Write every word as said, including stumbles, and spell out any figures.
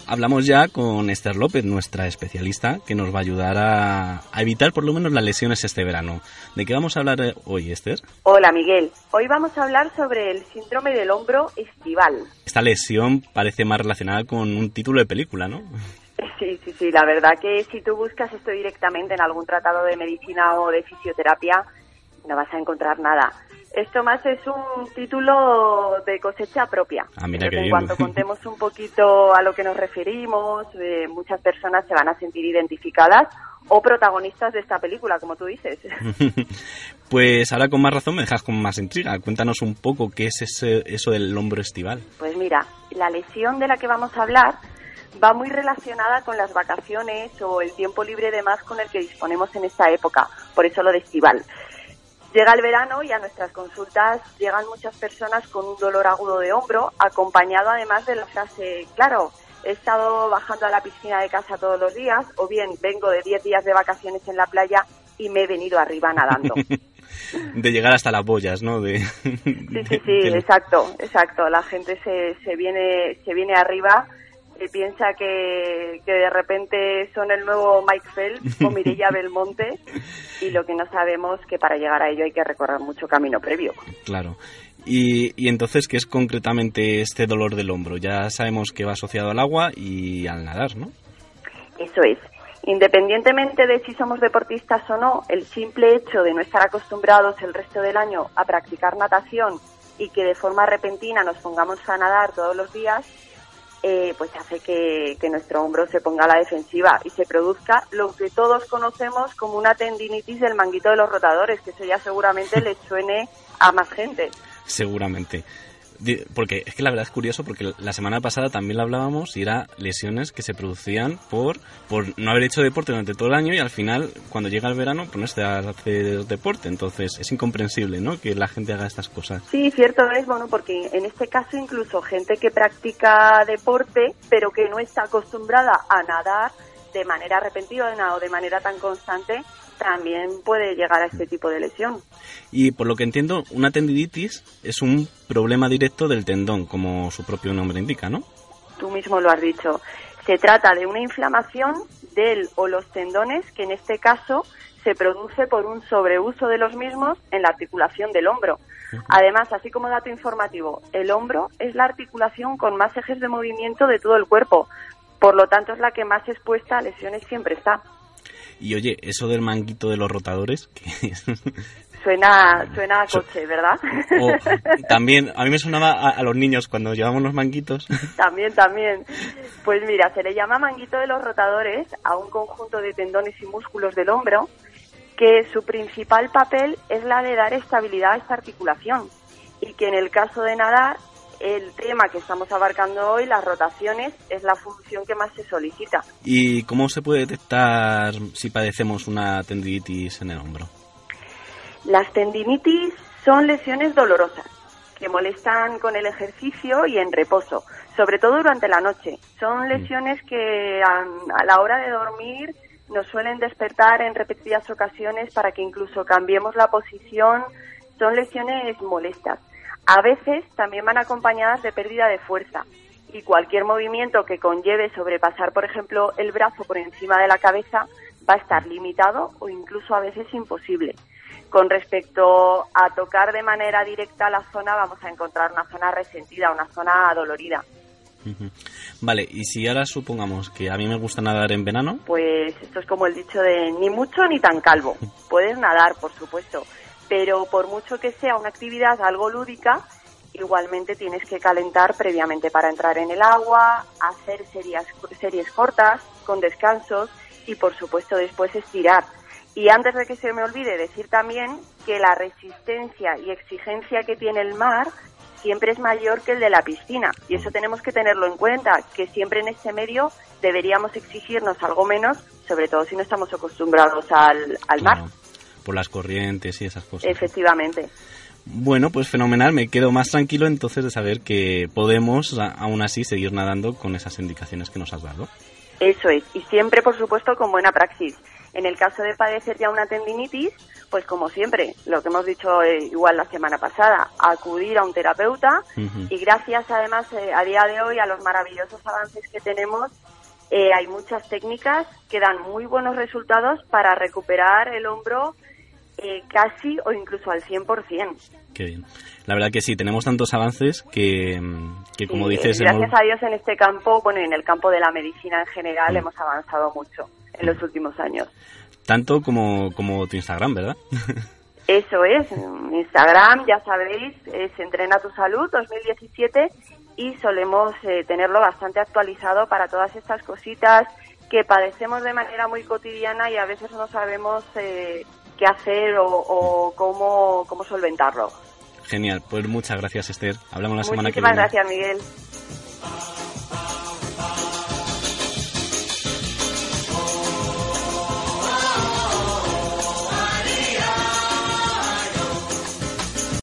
hablamos ya con Esther López, nuestra especialista, que nos va a ayudar a, a evitar por lo menos las lesiones este verano. ¿De qué vamos a hablar hoy, Esther? Hola, Miguel. Hoy vamos a hablar sobre el síndrome del hombro estival. Esta lesión parece más relacionada con un título de película, ¿no? Sí, sí, sí. La verdad que si tú buscas esto directamente en algún tratado de medicina o de fisioterapia, no vas a encontrar nada. Esto más es un título de cosecha propia. Ah, mira qué en bien. cuanto contemos un poquito a lo que nos referimos, eh, muchas personas se van a sentir identificadas o protagonistas de esta película, como tú dices. Pues ahora con más razón me dejas con más intriga. Cuéntanos un poco qué es ese, eso del hombro estival. Pues mira, la lesión de la que vamos a hablar va muy relacionada con las vacaciones o el tiempo libre de más con el que disponemos en esta época, por eso lo de estival. Llega el verano y a nuestras consultas llegan muchas personas con un dolor agudo de hombro, acompañado además de la frase, claro, he estado bajando a la piscina de casa todos los días, o bien vengo de diez días de vacaciones en la playa y me he venido arriba nadando. De llegar hasta las boyas, ¿no? De, sí, sí, sí, de... exacto, exacto. La gente se, se viene, se viene arriba. Se piensa que, que de repente son el nuevo Mike Phelps o Mireia Belmonte, y lo que no sabemos que para llegar a ello hay que recorrer mucho camino previo. Claro. Y, y entonces, ¿qué es concretamente este dolor del hombro? Ya sabemos que va asociado al agua y al nadar, ¿no? Eso es. Independientemente de si somos deportistas o no, el simple hecho de no estar acostumbrados el resto del año a practicar natación y que de forma repentina nos pongamos a nadar todos los días, Eh, pues hace que, que nuestro hombro se ponga a la defensiva y se produzca lo que todos conocemos como una tendinitis del manguito de los rotadores, que eso ya seguramente le suene a más gente. Seguramente. Porque es que la verdad es curioso, porque la semana pasada también lo hablábamos y era lesiones que se producían por, por no haber hecho deporte durante todo el año, y al final, cuando llega el verano, pues no se hace deporte. Entonces es incomprensible, ¿no?, que la gente haga estas cosas. Sí, cierto es, bueno, porque en este caso incluso gente que practica deporte, pero que no está acostumbrada a nadar de manera repentina o de manera tan constante, también puede llegar a este tipo de lesión. Y por lo que entiendo, una tendinitis es un problema directo del tendón, como su propio nombre indica, ¿no? Tú mismo lo has dicho. Se trata de una inflamación del o los tendones, que en este caso se produce por un sobreuso de los mismos en la articulación del hombro. Uh-huh. Además, así como dato informativo, el hombro es la articulación con más ejes de movimiento de todo el cuerpo, por lo tanto es la que más expuesta a lesiones siempre está. Y oye, eso del manguito de los rotadores, ¿qué es? Suena, suena a coche, ¿verdad? O, también, a mí me sonaba a, a los niños cuando llevamos los manguitos. También, también. Pues mira, se le llama manguito de los rotadores a un conjunto de tendones y músculos del hombro que su principal papel es la de dar estabilidad a esta articulación, y que en el caso de nadar, el tema que estamos abarcando hoy, las rotaciones, es la función que más se solicita. ¿Y cómo se puede detectar si padecemos una tendinitis en el hombro? Las tendinitis son lesiones dolorosas que molestan con el ejercicio y en reposo, sobre todo durante la noche. Son lesiones que a, a la hora de dormir nos suelen despertar en repetidas ocasiones para que incluso cambiemos la posición. Son lesiones molestas. A veces también van acompañadas de pérdida de fuerza, y cualquier movimiento que conlleve sobrepasar, por ejemplo, el brazo por encima de la cabeza va a estar limitado o incluso a veces imposible. Con respecto a tocar de manera directa la zona, vamos a encontrar una zona resentida, una zona dolorida. Uh-huh. Vale, y si ahora supongamos que a mí me gusta nadar en verano... Pues esto es como el dicho de ni mucho ni tan calvo. Puedes nadar, por supuesto, pero por mucho que sea una actividad algo lúdica, igualmente tienes que calentar previamente para entrar en el agua, hacer series, series cortas, con descansos, y por supuesto después estirar. Y antes de que se me olvide decir también que la resistencia y exigencia que tiene el mar siempre es mayor que el de la piscina, y eso tenemos que tenerlo en cuenta, que siempre en este medio deberíamos exigirnos algo menos, sobre todo si no estamos acostumbrados al, al mar. Claro, por las corrientes y esas cosas. Efectivamente. Bueno, pues fenomenal, me quedo más tranquilo entonces de saber que podemos aún así seguir nadando con esas indicaciones que nos has dado. Eso es, y siempre por supuesto con buena praxis. En el caso de padecer ya una tendinitis, pues como siempre, lo que hemos dicho eh, igual la semana pasada, acudir a un terapeuta uh-huh. y gracias además eh, a día de hoy a los maravillosos avances que tenemos, eh, hay muchas técnicas que dan muy buenos resultados para recuperar el hombro eh, casi o incluso al cien por ciento. Qué bien. La verdad que sí, tenemos tantos avances que, que como sí, dices... Gracias hemos... a Dios en este campo, bueno, y en el campo de la medicina en general uh-huh. hemos avanzado mucho en uh-huh. los últimos años. Tanto como, como tu Instagram, ¿verdad? Eso es, Instagram, ya sabéis, es Entrena tu Salud dos mil diecisiete y solemos eh, tenerlo bastante actualizado para todas estas cositas que padecemos de manera muy cotidiana y a veces no sabemos eh, qué hacer o, o cómo, cómo solventarlo. Genial, pues muchas gracias, Esther. Hablamos la semana que viene. Muchísimas gracias, Miguel.